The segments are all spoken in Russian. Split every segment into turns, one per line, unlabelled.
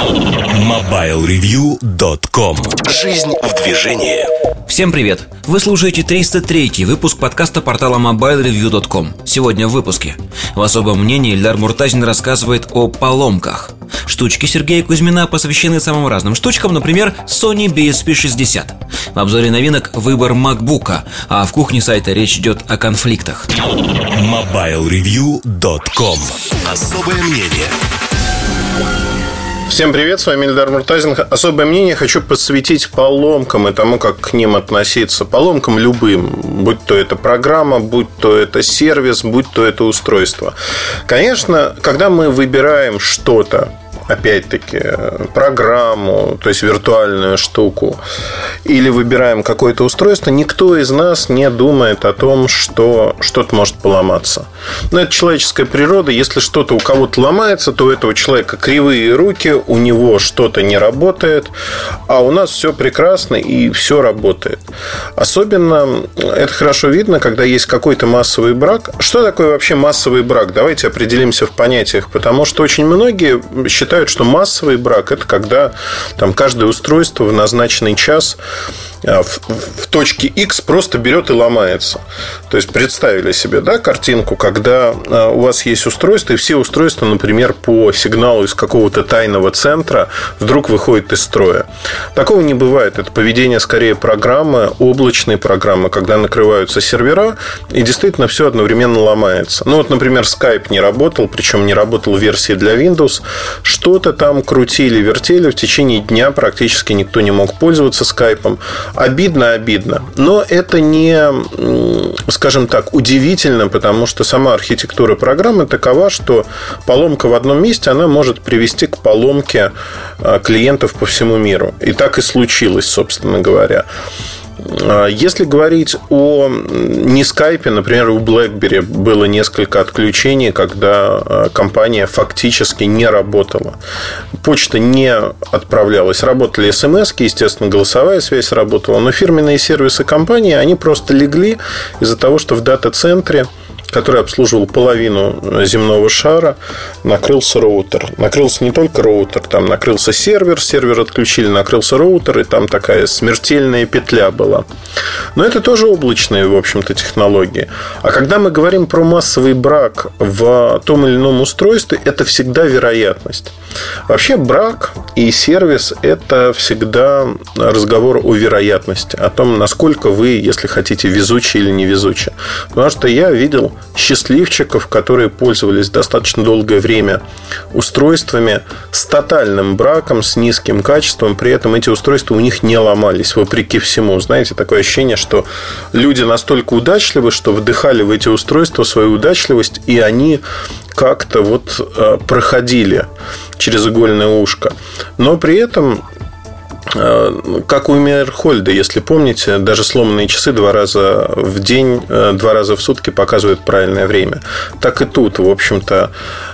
MobileReview.com. Жизнь в движении.
Всем привет! Вы слушаете 303-й выпуск подкаста портала MobileReview.com. Сегодня в выпуске. В особом мнении Ильдар Муртазин рассказывает о поломках. Штучки Сергея Кузьмина посвящены самым разным штучкам, например, Sony BSP-60. В обзоре новинок выбор MacBook'а, а в кухне сайта речь идет о конфликтах.
MobileReview.com. Особое мнение.
Всем привет, с вами Ильдар Муртазин. Особое мнение хочу посвятить поломкам и тому, как к ним относиться. Поломкам любым, будь то это программа, будь то это сервис, будь то это устройство. Конечно, когда мы выбираем что-то, опять-таки, программу, то есть виртуальную штуку, или выбираем какое-то устройство, никто из нас не думает о том, что что-то может поломаться. Но это человеческая природа. Если что-то у кого-то ломается, то у этого человека кривые руки, у него что-то не работает, а у нас все прекрасно и все работает. Особенно это хорошо видно, когда есть какой-то массовый брак. Что такое вообще массовый брак? Давайте определимся в понятиях, потому что очень многие считают, что массовый брак – это когда там каждое устройство в назначенный час в точке X просто берет и ломается. То есть представили себе, да, картинку, когда у вас есть устройство, и все устройства, например, по сигналу из какого-то тайного центра вдруг выходят из строя. Такого не бывает. Это поведение скорее программы, облачной программы, когда накрываются сервера, и действительно все одновременно ломается. Ну вот, например, Skype не работал, причем не работал в версии для Windows. Что-то там крутили, вертели, в течение дня практически никто не мог пользоваться Skype'ом. Обидно. Но это не, скажем так, удивительно, потому что сама архитектура программы такова, что поломка в одном месте, она может привести к поломке клиентов по всему миру. И так и случилось, собственно говоря. Если говорить о не Skype, например, у BlackBerry было несколько отключений, когда компания фактически не работала. Почта не отправлялась. Работали смс-ки, естественно, голосовая связь работала. Но фирменные сервисы компании, они просто легли из-за того, что в дата-центре, который обслуживал половину земного шара, накрылся роутер. Накрылся не только роутер, там накрылся сервер отключили, накрылся роутер, и там такая смертельная петля была. Но это тоже облачные, в общем-то, технологии. А когда мы говорим про массовый брак в том или ином устройстве, это всегда вероятность. Вообще брак и сервис – это всегда разговор о вероятности, о том, насколько вы, если хотите, везучие или невезучие. Потому что я видел счастливчиков, которые пользовались достаточно долгое время устройствами с тотальным браком, с низким качеством. При этом эти устройства у них не ломались, вопреки всему. Знаете, такое ощущение, что люди настолько удачливы, что вдыхали в эти устройства свою удачливость, и они как-то вот проходили через игольное ушко. Но при этом, как у Мейерхольда, если помните, даже сломанные часы 2 раза в день, 2 раза в сутки показывают правильное время. Так и тут, в общем-то,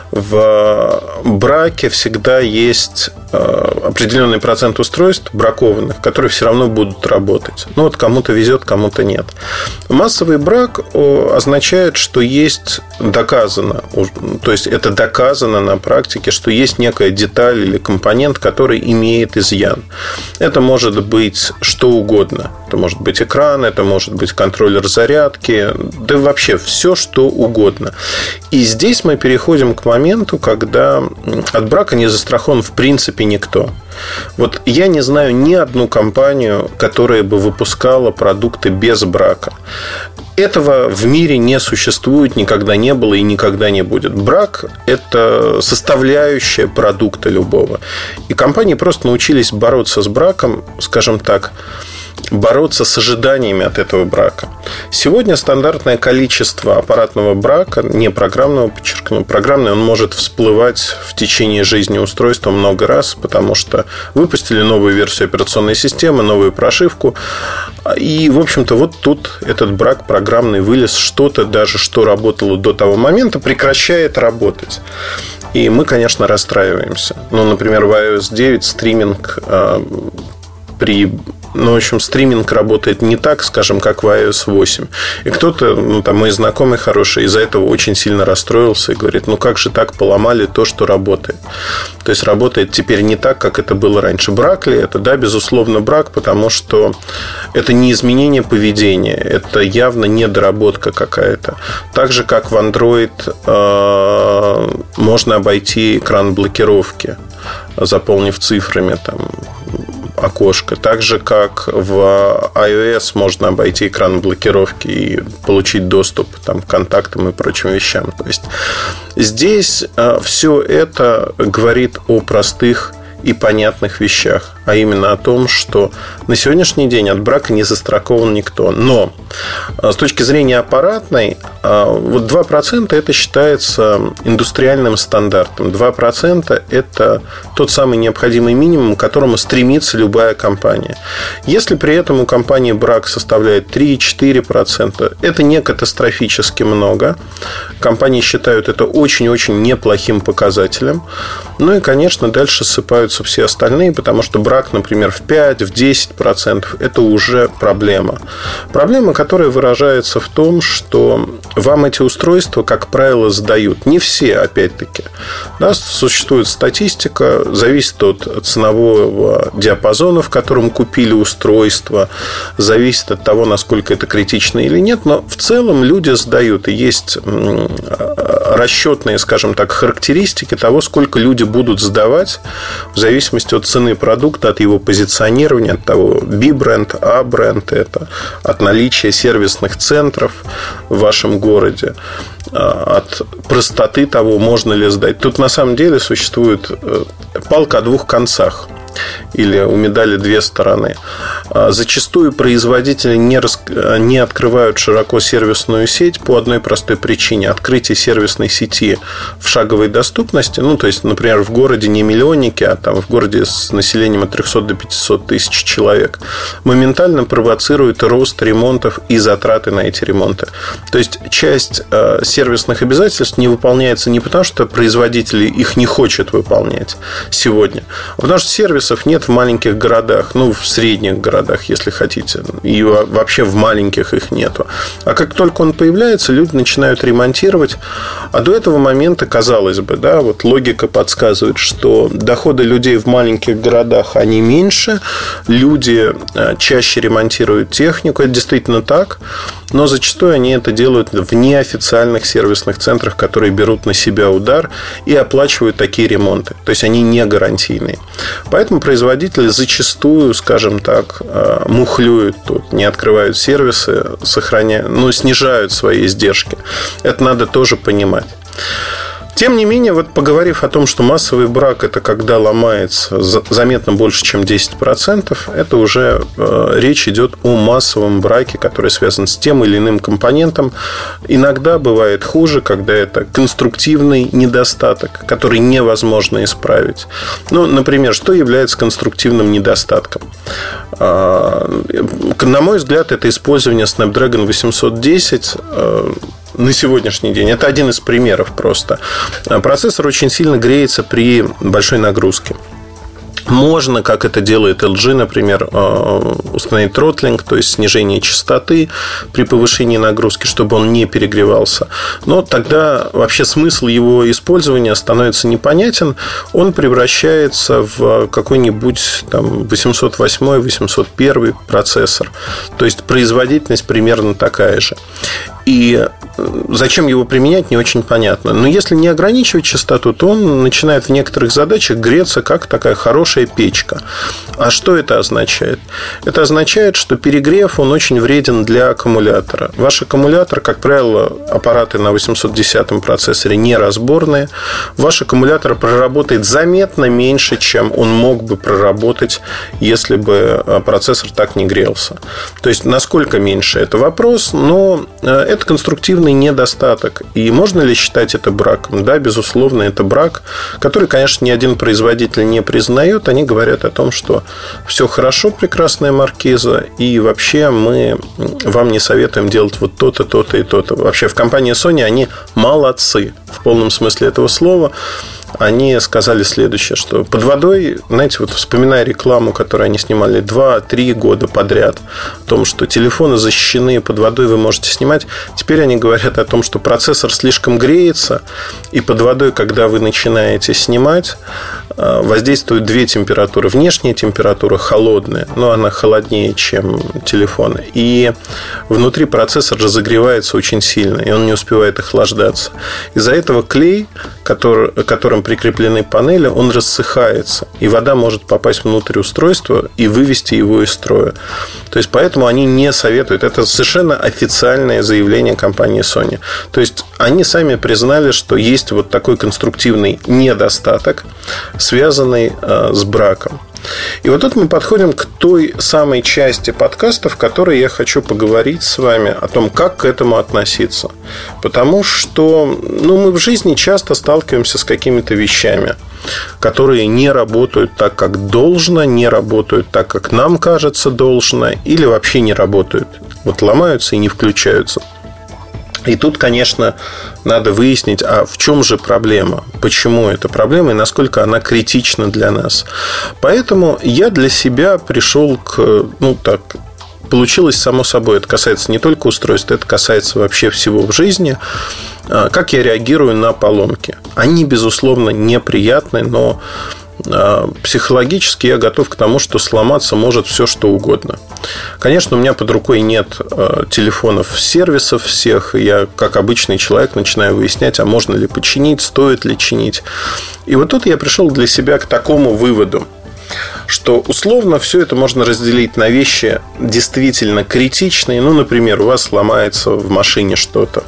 в браке всегда есть определенный процент устройств бракованных, которые все равно будут работать. Ну вот кому-то везет, кому-то нет. Массовый брак означает, что есть доказано, то есть это доказано на практике, что есть некая деталь или компонент, который имеет изъян. Это может быть что угодно. Это может быть экран, это может быть контроллер зарядки, да вообще все, что угодно. И здесь мы переходим к моменту, когда от брака не застрахован в принципе никто. Вот я не знаю ни одну компанию, которая бы выпускала продукты без брака. Этого в мире не существует, никогда не было и никогда не будет. Брак – это составляющая продукта любого. И компании просто научились бороться с браком, скажем так, бороться с ожиданиями от этого брака. Сегодня стандартное количество аппаратного брака, не программного, подчеркну, программный, он может всплывать в течение жизни устройства много раз, потому что выпустили новую версию операционной системы, новую прошивку. И, в общем-то, вот тут этот брак программный вылез, что-то даже, что работало до того момента, прекращает работать. И мы, конечно, расстраиваемся. Ну, например, в iOS 9 стриминг при в общем, стриминг работает не так, скажем, как в iOS 8. И кто-то, мой знакомый хороший, из-за этого очень сильно расстроился и говорит, как же так поломали то, что работает. То есть работает теперь не так, как это было раньше. Брак ли это? Да, безусловно, брак, потому что это не изменение поведения, это явно недоработка какая-то. Так же, как в Android можно обойти экран блокировки, заполнив цифрами окошко. Так же, как в iOS можно обойти экран блокировки и получить доступ к контактам и прочим вещам. То есть здесь все это говорит о простых и понятных вещах, а именно о том, что на сегодняшний день от брака не застрахован никто. Но с точки зрения аппаратной, 2% это считается индустриальным стандартом. 2% это тот самый необходимый минимум, к которому стремится любая компания. Если при этом у компании брак составляет 3-4%, это не катастрофически много. Компании считают это очень-очень неплохим показателем. Ну и, конечно, дальше ссыпаются все остальные, потому что брак, например, в 5-10% это уже проблема. Проблема, которая выражается в том, что вам эти устройства, как правило, сдают. Не все, опять-таки. Да, существует статистика, зависит от ценового диапазона, в котором купили устройство, зависит от того, насколько это критично или нет, но в целом люди сдают. И есть расчетные, скажем так, характеристики того, сколько люди будут сдавать в зависимости от цены продукта, от его позиционирования, от того, B-бренд, A-бренд это, от наличия сервисных центров в вашем городе, от простоты того, можно ли сдать. Тут на самом деле существует палка о двух концах. Или у медали две стороны. Зачастую производители не открывают широко сервисную сеть по одной простой причине. Открытие сервисной сети в шаговой доступности, то есть, например, в городе не миллионники, а в городе с населением от 300 до 500 тысяч человек, моментально провоцирует рост ремонтов и затраты на эти ремонты. То есть часть сервисных обязательств не выполняется не потому, что производители их не хотят выполнять сегодня, а потому что сервисов нет в маленьких городах, в средних городах, если хотите, и вообще в маленьких их нету. А как только он появляется, люди начинают ремонтировать. А до этого момента, казалось бы, логика подсказывает, что доходы людей в маленьких городах, они меньше, люди чаще ремонтируют технику, это действительно так, но зачастую они это делают в неофициальных сервисных центрах, которые берут на себя удар и оплачивают такие ремонты. То есть они не гарантийные. Поэтому производители зачастую, скажем так, мухлюют тут, не открывают сервисы, снижают свои издержки. Это надо тоже понимать. Тем не менее, поговорив о том, что массовый брак – это когда ломается заметно больше, чем 10%, это уже речь идет о массовом браке, который связан с тем или иным компонентом. Иногда бывает хуже, когда это конструктивный недостаток, который невозможно исправить. Например, что является конструктивным недостатком? На мой взгляд, это использование Snapdragon 810 на сегодняшний день. Это один из примеров просто. Процессор очень сильно греется при большой нагрузке. Можно, как это делает LG, например, установить тротлинг, то есть снижение частоты при повышении нагрузки, чтобы он не перегревался. Но тогда вообще смысл его использования становится непонятен. Он превращается в какой-нибудь 808, 801 процессор. То есть производительность примерно такая же. И зачем его применять, не очень понятно. Но если не ограничивать частоту, то он начинает в некоторых задачах греться как такая хорошая печка. А что это означает? Это означает, что перегрев, он очень вреден для аккумулятора. Ваш аккумулятор, как правило, аппараты на 810 процессоре неразборные. Ваш аккумулятор проработает заметно меньше, чем он мог бы проработать, если бы процессор так не грелся. То есть, насколько меньше, это вопрос, но это конструктивный недостаток. И можно ли считать это браком? Да, безусловно, это брак, который, конечно, ни один производитель не признает. Они говорят о том, что все хорошо, прекрасная маркиза, и вообще мы вам не советуем делать вот то-то, то-то и то-то. Вообще в компании Sony они молодцы в полном смысле этого слова. они сказали следующее, что под водой, знаете, вот вспоминая рекламу, которую они снимали 2-3 года подряд, о том, что телефоны защищены, под водой вы можете снимать. Теперь они говорят о том, что процессор слишком греется, и под водой, когда вы начинаете снимать, воздействуют две температуры. Внешняя температура холодная, но она холоднее, чем телефон. И внутри процессор разогревается очень сильно, и он не успевает охлаждаться. Из-за этого клей, которым прикреплены панели, он рассыхается, и вода может попасть внутрь устройства и вывести его из строя. То есть, поэтому они не советуют. Это совершенно официальное заявление компании Sony. То есть, они сами признали, что есть вот такой конструктивный недостаток, связанный с браком. И вот тут мы подходим к той самой части подкаста, в которой я хочу поговорить с вами о том, как к этому относиться. Потому что мы в жизни часто сталкиваемся с какими-то вещами, которые не работают так, как должно, не работают так, как нам кажется должно, или вообще не работают. Вот ломаются и не включаются. И тут, конечно, надо выяснить, а в чем же проблема, почему эта проблема и насколько она критична для нас. Поэтому я для себя пришел к, получилось само собой. Это касается не только устройств, это касается вообще всего в жизни. Как я реагирую на поломки. Они, безусловно, неприятны, но психологически я готов к тому, что сломаться может все, что угодно. Конечно, у меня под рукой нет телефонов сервисов всех. Я, как обычный человек, начинаю выяснять, а можно ли починить, стоит ли чинить. И вот тут я пришел для себя к такому выводу, что условно все это можно разделить на вещи действительно критичные. Например, у вас сломается в машине что-то,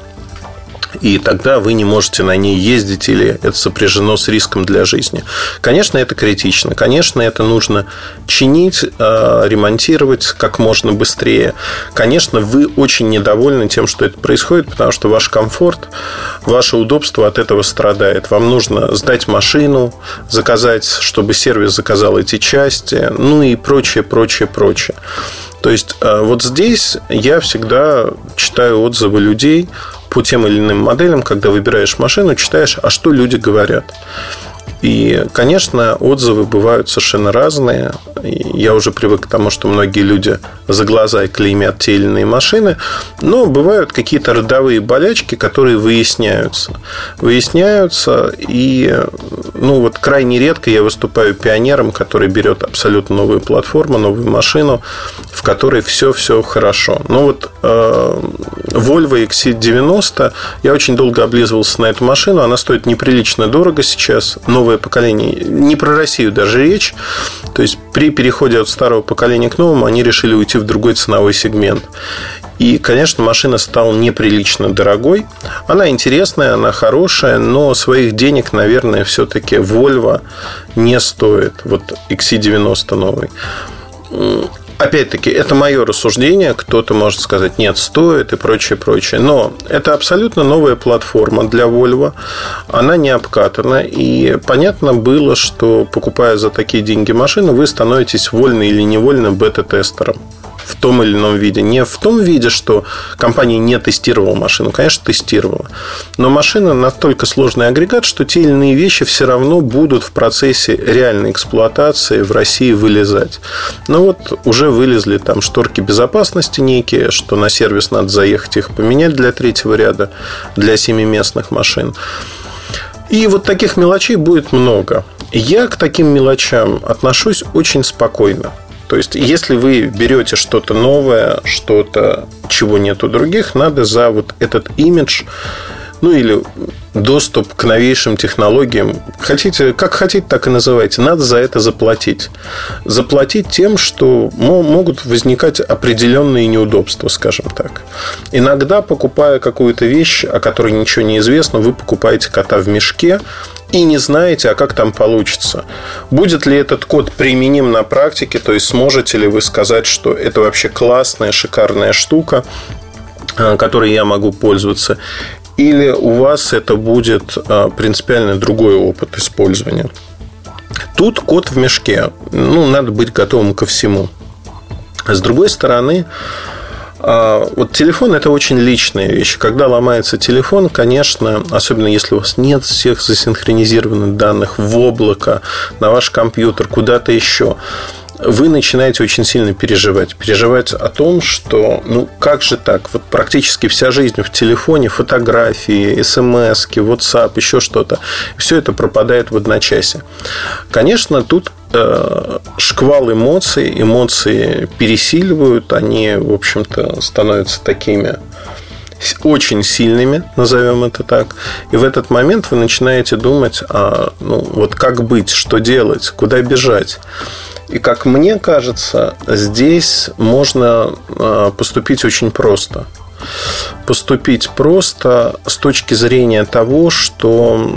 и тогда вы не можете на ней ездить, или это сопряжено с риском для жизни. Конечно, это критично. Конечно, это нужно чинить, ремонтировать как можно быстрее. Конечно, вы очень недовольны тем, что это происходит, потому что ваш комфорт, ваше удобство от этого страдает. Вам нужно сдать машину, заказать, чтобы сервис заказал эти части, и прочее. То есть, вот здесь я всегда читаю отзывы людей по тем или иным моделям, когда выбираешь машину, читаешь, а что люди говорят. И, конечно, отзывы бывают совершенно разные. Я уже привык к тому, что многие люди за глаза клеймят те или иные машины. Но бывают какие-то родовые болячки, которые выясняются. И крайне редко я выступаю пионером, который берет абсолютно новую платформу, новую машину, в которой все хорошо. Volvo XC90, я очень долго облизывался на эту машину. Она стоит неприлично дорого сейчас. Новое поколение, не про Россию даже речь. То есть при переходе от старого поколения к новому они решили уйти в другой ценовой сегмент. И, конечно, машина стала неприлично дорогой. Она интересная, она хорошая, но своих денег, наверное, все-таки Volvo не стоит. Вот XC90 новый. Опять-таки, это мое рассуждение. Кто-то может сказать, нет, стоит и прочее. Но это абсолютно новая платформа для Volvo. Она не обкатана. И понятно было, что, покупая за такие деньги машину, вы становитесь вольно или невольно бета-тестером в том или ином виде. Не в том виде, что компания не тестировала машину. Конечно, тестировала. Но машина настолько сложный агрегат, что те или иные вещи все равно будут в процессе реальной эксплуатации в России вылезать. Уже вылезли там шторки безопасности некие, что на сервис надо заехать их поменять для третьего ряда, для 7-местных машин. И вот таких мелочей будет много. Я к таким мелочам отношусь очень спокойно. То есть, если вы берете что-то новое, что-то, чего нет у других, надо за вот этот имидж, или доступ к новейшим технологиям, как хотите, так и называйте, надо за это заплатить. Заплатить тем, что могут возникать определенные неудобства, скажем так. Иногда, покупая какую-то вещь, о которой ничего не известно, вы покупаете кота в мешке и не знаете, а как там получится. Будет ли этот код применим на практике, то есть сможете ли вы сказать, что это вообще классная, шикарная штука, которой я могу пользоваться, или у вас это будет принципиально другой опыт использования. Тут кот в мешке. Надо быть готовым ко всему. С другой стороны, Вот телефон – это очень личная вещь. Когда ломается телефон, конечно, особенно если у вас нет всех засинхронизированных данных в облако, на ваш компьютер, куда-то еще, вы начинаете очень сильно переживать. Переживать о том, что, как же так? Вот практически вся жизнь в телефоне, фотографии, смс-ки, WhatsApp, еще что-то. Все это пропадает в одночасье. Конечно, тут шквал эмоции пересиливают. Они, в общем-то, становятся такими очень сильными, назовем это так. И в этот момент вы начинаете думать, вот как быть, что делать, куда бежать. И, как мне кажется, здесь можно поступить очень просто. Поступить просто с точки зрения того, что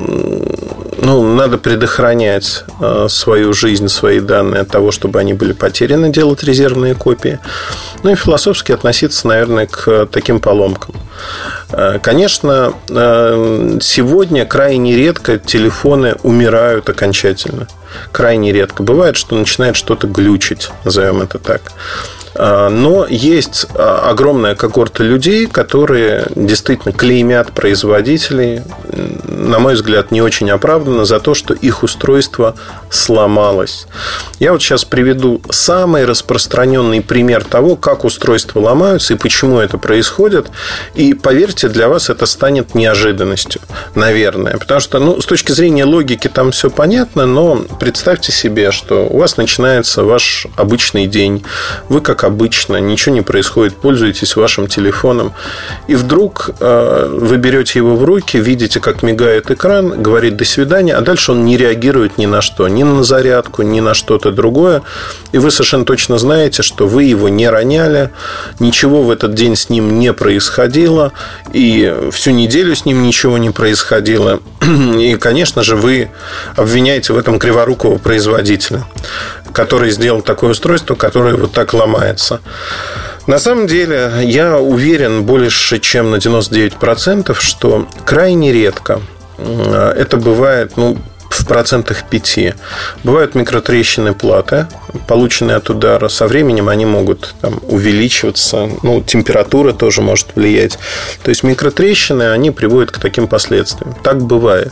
надо предохранять свою жизнь, свои данные от того, чтобы они были потеряны, делать резервные копии. И философски относиться, наверное, к таким поломкам. Конечно, сегодня крайне редко телефоны умирают окончательно. Крайне редко. Бывает, что начинает что-то глючить, назовем это так. Но есть огромная когорта людей, которые действительно клеймят производителей, на мой взгляд, не очень оправданно, за то, что их устройство сломалось. Я вот сейчас приведу самый распространенный пример того, как устройства ломаются и почему это происходит. И поверьте, для вас это станет неожиданностью, наверное. Потому что, с точки зрения логики там все понятно, но представьте себе, что у вас начинается ваш обычный день. Вы, как обычно, ничего не происходит, пользуетесь вашим телефоном, и вдруг вы берете его в руки, видите, как мигает экран, говорит «до свидания», а дальше он не реагирует ни на что, ни на зарядку, ни на что-то другое, и вы совершенно точно знаете, что вы его не роняли, ничего в этот день с ним не происходило, и всю неделю с ним ничего не происходило, и, конечно же, вы обвиняете в этом криворукого производителя, который сделал такое устройство, которое вот так ломается. На самом деле, я уверен больше, чем на 99%, что крайне редко это бывает, в 5%. Бывают микротрещины платы, полученные от удара. Со временем они могут увеличиваться. Температура тоже может влиять. То есть микротрещины, они приводят к таким последствиям. Так бывает.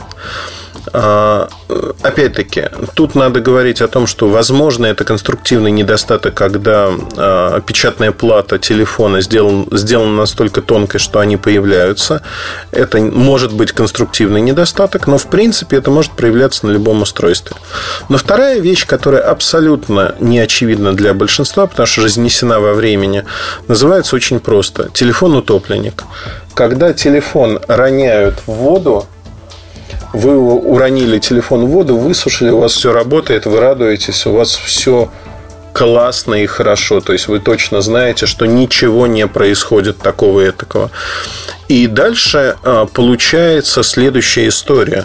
Опять-таки, тут надо говорить о том, что, возможно, это конструктивный недостаток, когда печатная плата телефона сделана настолько тонкой, что они появляются. Это может быть конструктивный недостаток, но, в принципе, это может проявляться на любом устройстве. Но вторая вещь, которая абсолютно не очевидна для большинства, потому что разнесена во времени, называется очень просто – телефон-утопленник. Когда телефон роняют в воду, вы уронили телефон в воду, высушили, у вас все работает, вы радуетесь, у вас все классно и хорошо. То есть вы точно знаете, что ничего не происходит такого и этакого. И дальше получается следующая история.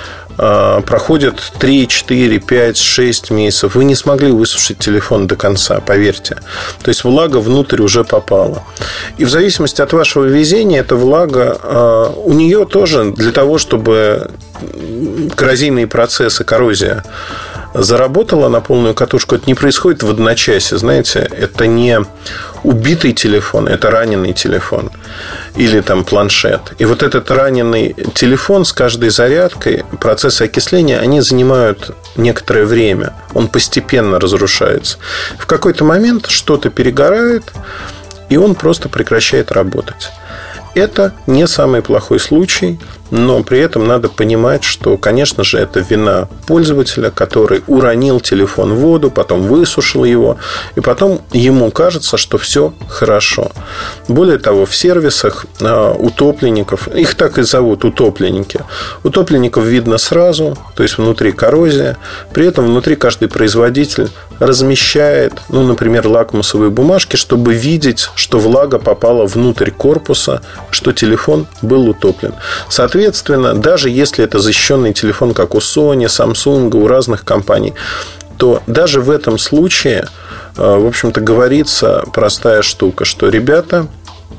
Проходит 3, 4, 5, 6 месяцев. Вы не смогли высушить телефон до конца, поверьте. То есть влага внутрь уже попала. И в зависимости от вашего везения, эта влага, у нее тоже для того, чтобы коррозийные процессы, коррозия заработала на полную катушку, это не происходит в одночасье. Знаете, это не убитый телефон, это раненый телефон. Или планшет. И вот этот раненый телефон с каждой зарядкой, процессы окисления, они занимают некоторое время. Он постепенно разрушается. В какой-то момент что-то перегорает, и он просто прекращает работать. Это не самый плохой случай, но при этом надо понимать, что, конечно же, это вина пользователя, который уронил телефон в воду, потом высушил его, и потом ему кажется, что все хорошо. Более того, в сервисах утопленников, их так и зовут утопленники, утопленников видно сразу, то есть внутри коррозия, при этом внутри каждый производитель размещает, например, лакмусовые бумажки, чтобы видеть, что влага попала внутрь корпуса, что телефон был утоплен. Соответственно, даже если это защищенный телефон, как у Sony, Samsung, у разных компаний, то даже в этом случае, в общем-то, говорится простая штука, что, ребята,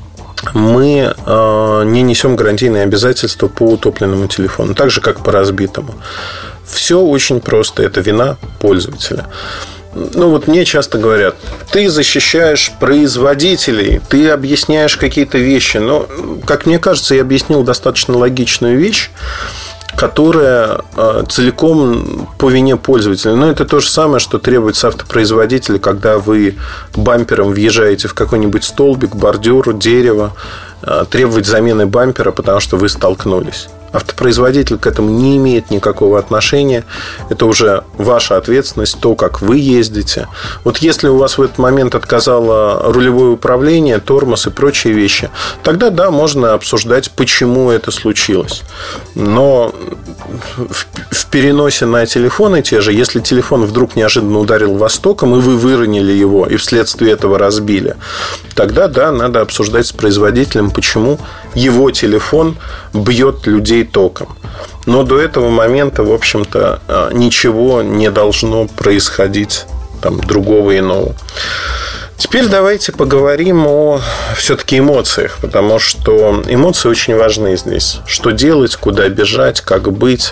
мы не несем гарантийные обязательства по утопленному телефону, так же, как по разбитому. Все очень просто, это вина пользователя. мне часто говорят: ты защищаешь производителей, ты объясняешь какие-то вещи. Но, как мне кажется, я объяснил достаточно логичную вещь, которая целиком по вине пользователя. Но это то же самое, что требует с автопроизводителя, когда вы бампером въезжаете в какой-нибудь столбик, бордюр, дерево, требовать замены бампера, потому что вы столкнулись. Автопроизводитель к этому не имеет никакого отношения. Это уже ваша ответственность, то, как вы ездите. Вот если у вас в этот момент отказало рулевое управление, тормоз и прочие вещи, тогда да, можно обсуждать, почему это случилось. Но в переносе на телефоны те же, если телефон вдруг неожиданно ударил вас током, и вы выронили его, и вследствие этого разбили, тогда да, надо обсуждать с производителем, почему его телефон бьет людей током. Но до этого момента, в общем-то, ничего не должно происходить там другого иного. Теперь давайте поговорим о все-таки эмоциях, потому что эмоции очень важны здесь. Что делать, куда бежать, как быть.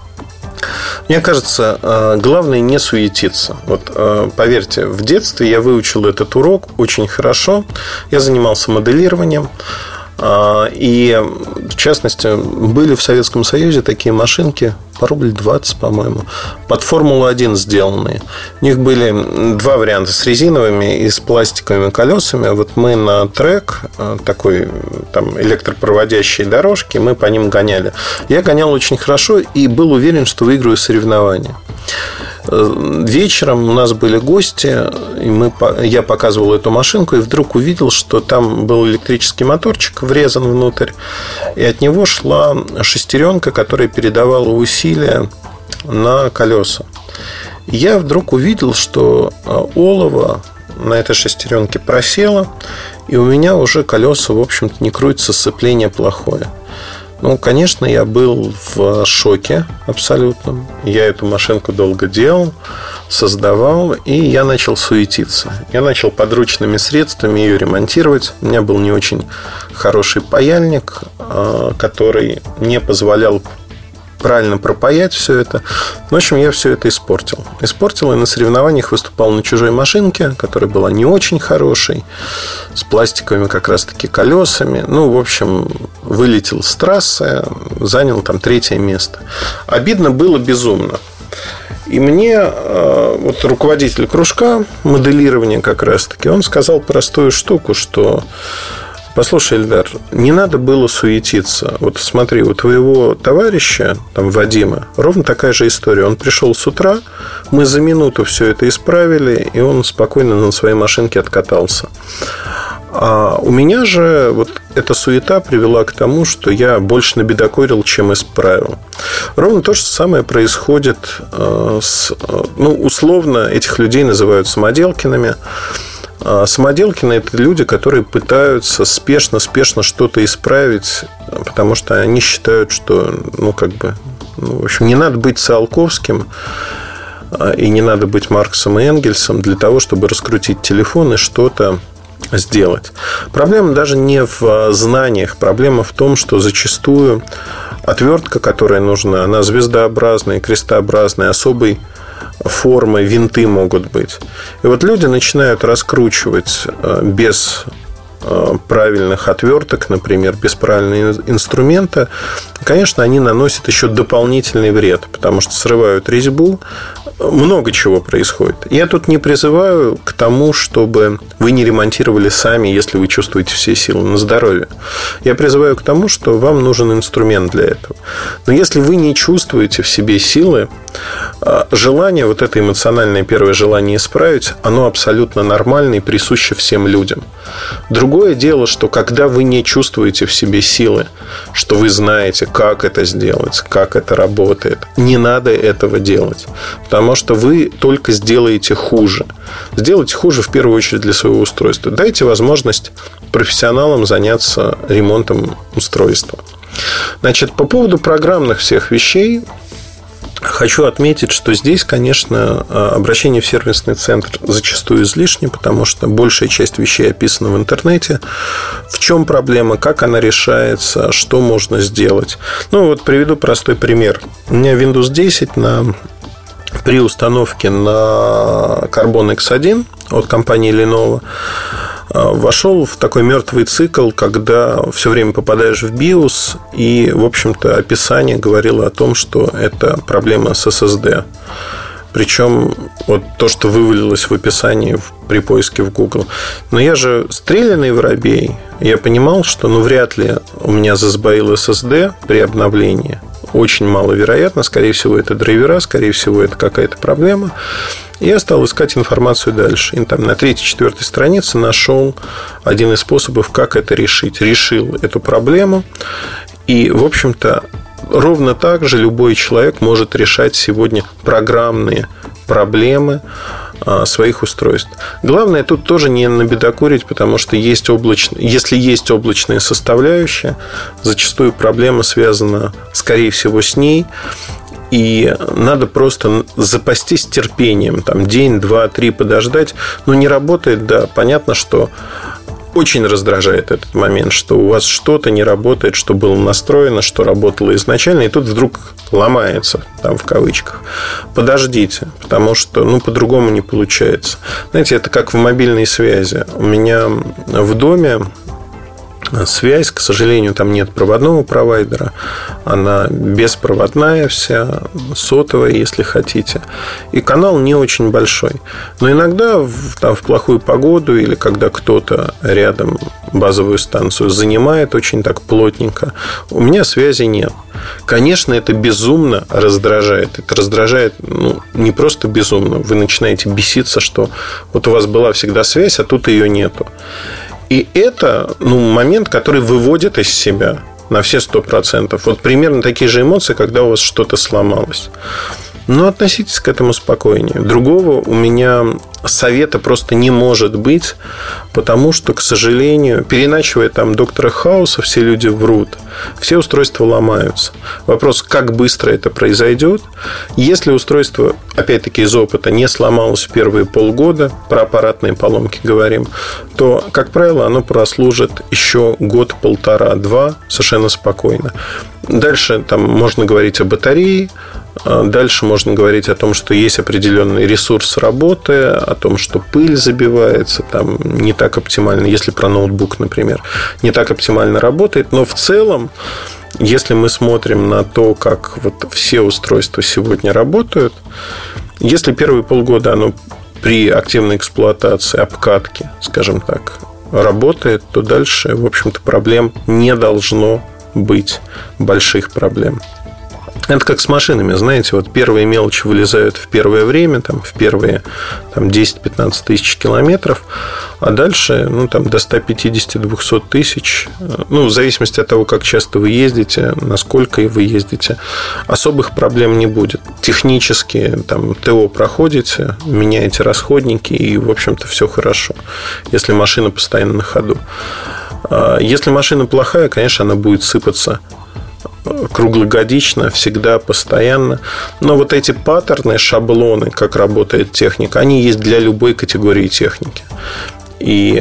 Мне кажется, главное не суетиться. Вот поверьте, в детстве я выучил этот урок очень хорошо. Я занимался моделированием. И, в частности, были в Советском Союзе такие машинки по рубль 20, по-моему, под Формулу-1 сделанные. У них были два варианта: с резиновыми и с пластиковыми колесами. Вот мы на трек, такой там электропроводящие дорожки, мы по ним гоняли. Я гонял очень хорошо и был уверен, что выиграю соревнования. Вечером у нас были гости, и я показывал эту машинку, и вдруг увидел, что там был электрический моторчик врезан внутрь, и от него шла шестеренка, которая передавала усилия на колеса. И я вдруг увидел, что олово на этой шестеренке просело, и у меня уже колеса, в общем-то, не крутятся, сцепление плохое. Ну, конечно, я был в шоке абсолютном. Я эту машинку долго делал, создавал, и я начал суетиться. Я начал подручными средствами ее ремонтировать. У меня был не очень хороший паяльник, который не позволял правильно пропаять все это. В общем, я все это испортил. И на соревнованиях выступал на чужой машинке, которая была не очень хорошей, с пластиковыми как раз-таки колесами. Ну, в общем, вылетел с трассы, занял там 3-е место. Обидно было безумно. И мне вот руководитель кружка моделирования как раз-таки, он сказал простую штуку, что: послушай, Эльдар, не надо было суетиться. Вот смотри, у твоего товарища, там, Вадима, ровно такая же история. Он пришел с утра, мы за минуту все это исправили, и он спокойно на своей машинке откатался. А у меня же вот эта суета привела к тому, что я больше набедокурил, чем исправил. Ровно то же самое происходит условно этих людей называют самоделкиными. Самоделкины – это люди, которые пытаются спешно что-то исправить, потому что они считают, что, в общем, не надо быть Циолковским и не надо быть Марксом и Энгельсом для того, чтобы раскрутить телефон и что-то сделать. Проблема даже не в знаниях. Проблема в том, что зачастую отвертка, которая нужна, она звездообразная, крестообразная, особой формы, винты могут быть. И вот люди начинают раскручивать без правильных отверток, например, без правильного инструмента. Конечно, они наносят еще дополнительный вред, потому что срывают резьбу. Много чего происходит. Я тут не призываю к тому, чтобы вы не ремонтировали сами, если вы чувствуете все силы на здоровье. Я призываю к тому, что вам нужен инструмент для этого. Но если вы не чувствуете в себе силы, желание, вот это эмоциональное первое желание исправить, оно абсолютно нормально и присуще всем людям. Другое дело, что когда вы не чувствуете в себе силы, что вы знаете, как это сделать, как это работает, не надо этого делать. Потому что вы только сделаете хуже. Сделайте хуже в первую очередь для своего устройства. Дайте возможность профессионалам заняться ремонтом устройства. Значит, по поводу программных всех вещей хочу отметить, что здесь, конечно, обращение в сервисный центр зачастую излишне, потому что большая часть вещей описана в интернете. В чем проблема, как она решается, что можно сделать. Вот приведу простой пример. У меня Windows 10 при установке на Carbon X1 от компании Lenovo вошел в такой мертвый цикл, когда все время попадаешь в BIOS, и, в общем-то, описание говорило о том, что это проблема с SSD. Причем вот то, что вывалилось в описании при поиске в Google. Но я же стрелянный воробей. Я понимал, что вряд ли у меня засбоил SSD при обновлении. Очень маловероятно. Скорее всего, это драйвера, скорее всего, это какая-то проблема. И я стал искать информацию дальше. И там на 3-4 странице нашел один из способов, как это решить. Решил эту проблему. И, в общем-то, ровно так же любой человек может решать сегодня программные проблемы своих устройств. Главное тут тоже не набедокурить, потому что если есть облачная составляющая, зачастую проблема связана, скорее всего, с ней. И надо просто запастись терпением. Там день, два, три подождать. Не работает, да, понятно, что очень раздражает этот момент, что у вас что-то не работает, что было настроено, что работало изначально, и тут вдруг ломается, там в кавычках. Подождите, потому что по-другому не получается. Знаете, это как в мобильной связи. У меня в доме связь, к сожалению, там нет проводного провайдера. Она беспроводная вся, сотовая, если хотите. И канал не очень большой. Но иногда в плохую погоду или когда кто-то рядом базовую станцию занимает очень так плотненько, у меня связи нет. Конечно, это безумно раздражает. Это раздражает, не просто безумно. Вы начинаете беситься, что вот у вас была всегда связь, а тут ее нету. И это момент, который выводит из себя на все 100%. Вот примерно такие же эмоции, когда у вас что-то сломалось. Относитесь к этому спокойнее. Другого у меня совета просто не может быть, потому что, к сожалению, переначивая там доктора Хауса, все люди врут. Все устройства ломаются. Вопрос, как быстро это произойдет. Если устройство, опять-таки из опыта, не сломалось в первые полгода, про аппаратные поломки говорим, то, как правило, оно прослужит еще год, полтора-два совершенно спокойно. Дальше там можно говорить о батарее. Дальше можно говорить о том, что есть определенный ресурс работы, о том, что пыль забивается, там не так оптимально, если про ноутбук, например, не так оптимально работает. Но в целом, если мы смотрим на то, как вот все устройства сегодня работают, если первые полгода оно при активной эксплуатации, обкатке, скажем так, работает, то дальше, в общем-то, проблем не должно быть, больших проблем. Это как с машинами, знаете, вот первые мелочи вылезают в первое время, в первые 10-15 тысяч километров, а дальше до 150-200 тысяч, в зависимости от того, как часто вы ездите, насколько вы ездите, особых проблем не будет. Технически ТО проходите, меняете расходники, и, в общем-то, все хорошо, если машина постоянно на ходу. Если машина плохая, конечно, она будет сыпаться круглогодично, всегда, постоянно. Но вот эти паттерны, шаблоны, как работает техника, они есть для любой категории техники. И,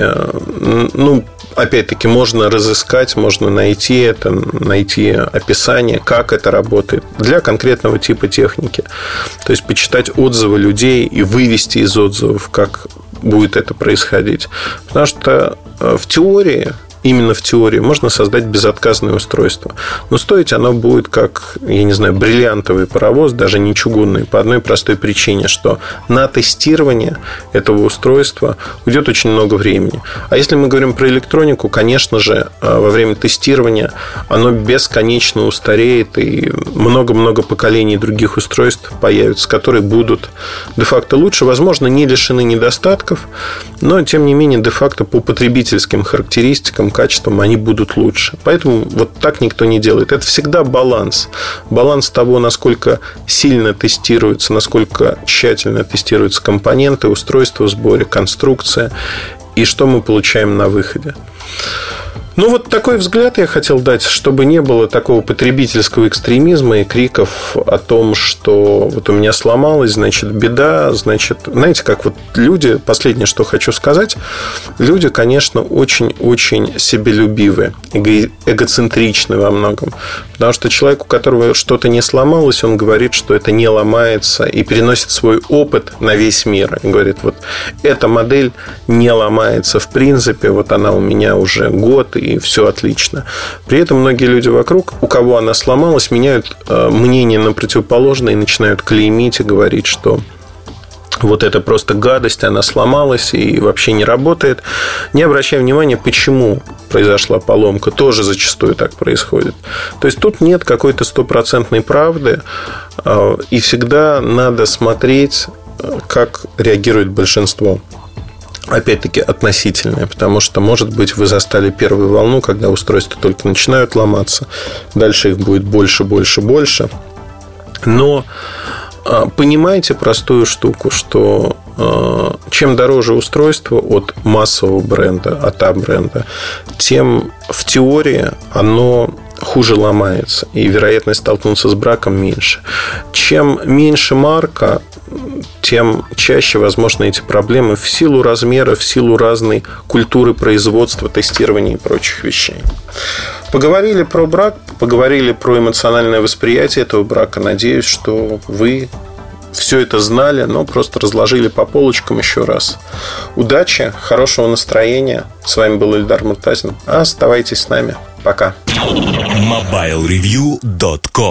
опять-таки, можно разыскать, можно найти описание, как это работает для конкретного типа техники. То есть почитать отзывы людей и вывести из отзывов, как будет это происходить. Потому что в теории, именно в теории можно создать безотказное устройство. Но стоить оно будет как, бриллиантовый паровоз, даже не чугунный, по одной простой причине, что на тестирование этого устройства уйдет очень много времени. А если мы говорим про электронику, конечно же, во время тестирования оно бесконечно устареет, и много-много поколений других устройств появятся, которые будут де-факто лучше, возможно, не лишены недостатков, но, тем не менее, де-факто по потребительским характеристикам, качеством они будут лучше. Поэтому вот так никто не делает. Это всегда баланс. Баланс того, насколько сильно тестируются, насколько тщательно тестируются компоненты, устройства в сборе, конструкция, и что мы получаем на выходе. Ну, вот такой взгляд я хотел дать, чтобы не было такого потребительского экстремизма и криков о том, что вот у меня сломалось, значит, беда, значит... Знаете, как вот люди, последнее, что хочу сказать, люди, конечно, очень-очень себелюбивые, эгоцентричны во многом. Потому что человек, у которого что-то не сломалось, он говорит, что это не ломается, и переносит свой опыт на весь мир. И говорит, вот эта модель не ломается в принципе, вот она у меня уже год, и все отлично. При этом многие люди вокруг, у кого она сломалась, меняют мнение на противоположное и начинают клеймить и говорить, что вот это просто гадость, она сломалась и вообще не работает. Не обращая внимания, почему произошла поломка, тоже зачастую так происходит. То есть тут нет какой-то стопроцентной правды, и всегда надо смотреть, как реагирует большинство. Опять-таки относительное, потому что, может быть, вы застали первую волну, когда устройства только начинают ломаться, дальше их будет больше. Но понимаете простую штуку, что чем дороже устройство от массового бренда, от А-бренда, тем в теории оно хуже ломается, и вероятность столкнуться с браком меньше. Чем меньше марка, тем чаще возможны эти проблемы в силу размера, в силу разной культуры производства, тестирования и прочих вещей. Поговорили про брак, поговорили про эмоциональное восприятие этого брака. Надеюсь, что вы все это знали, но просто разложили по полочкам еще раз. Удачи, хорошего настроения. С вами был Ильдар Муртазин. Оставайтесь с нами. Пока.
MobileReview.com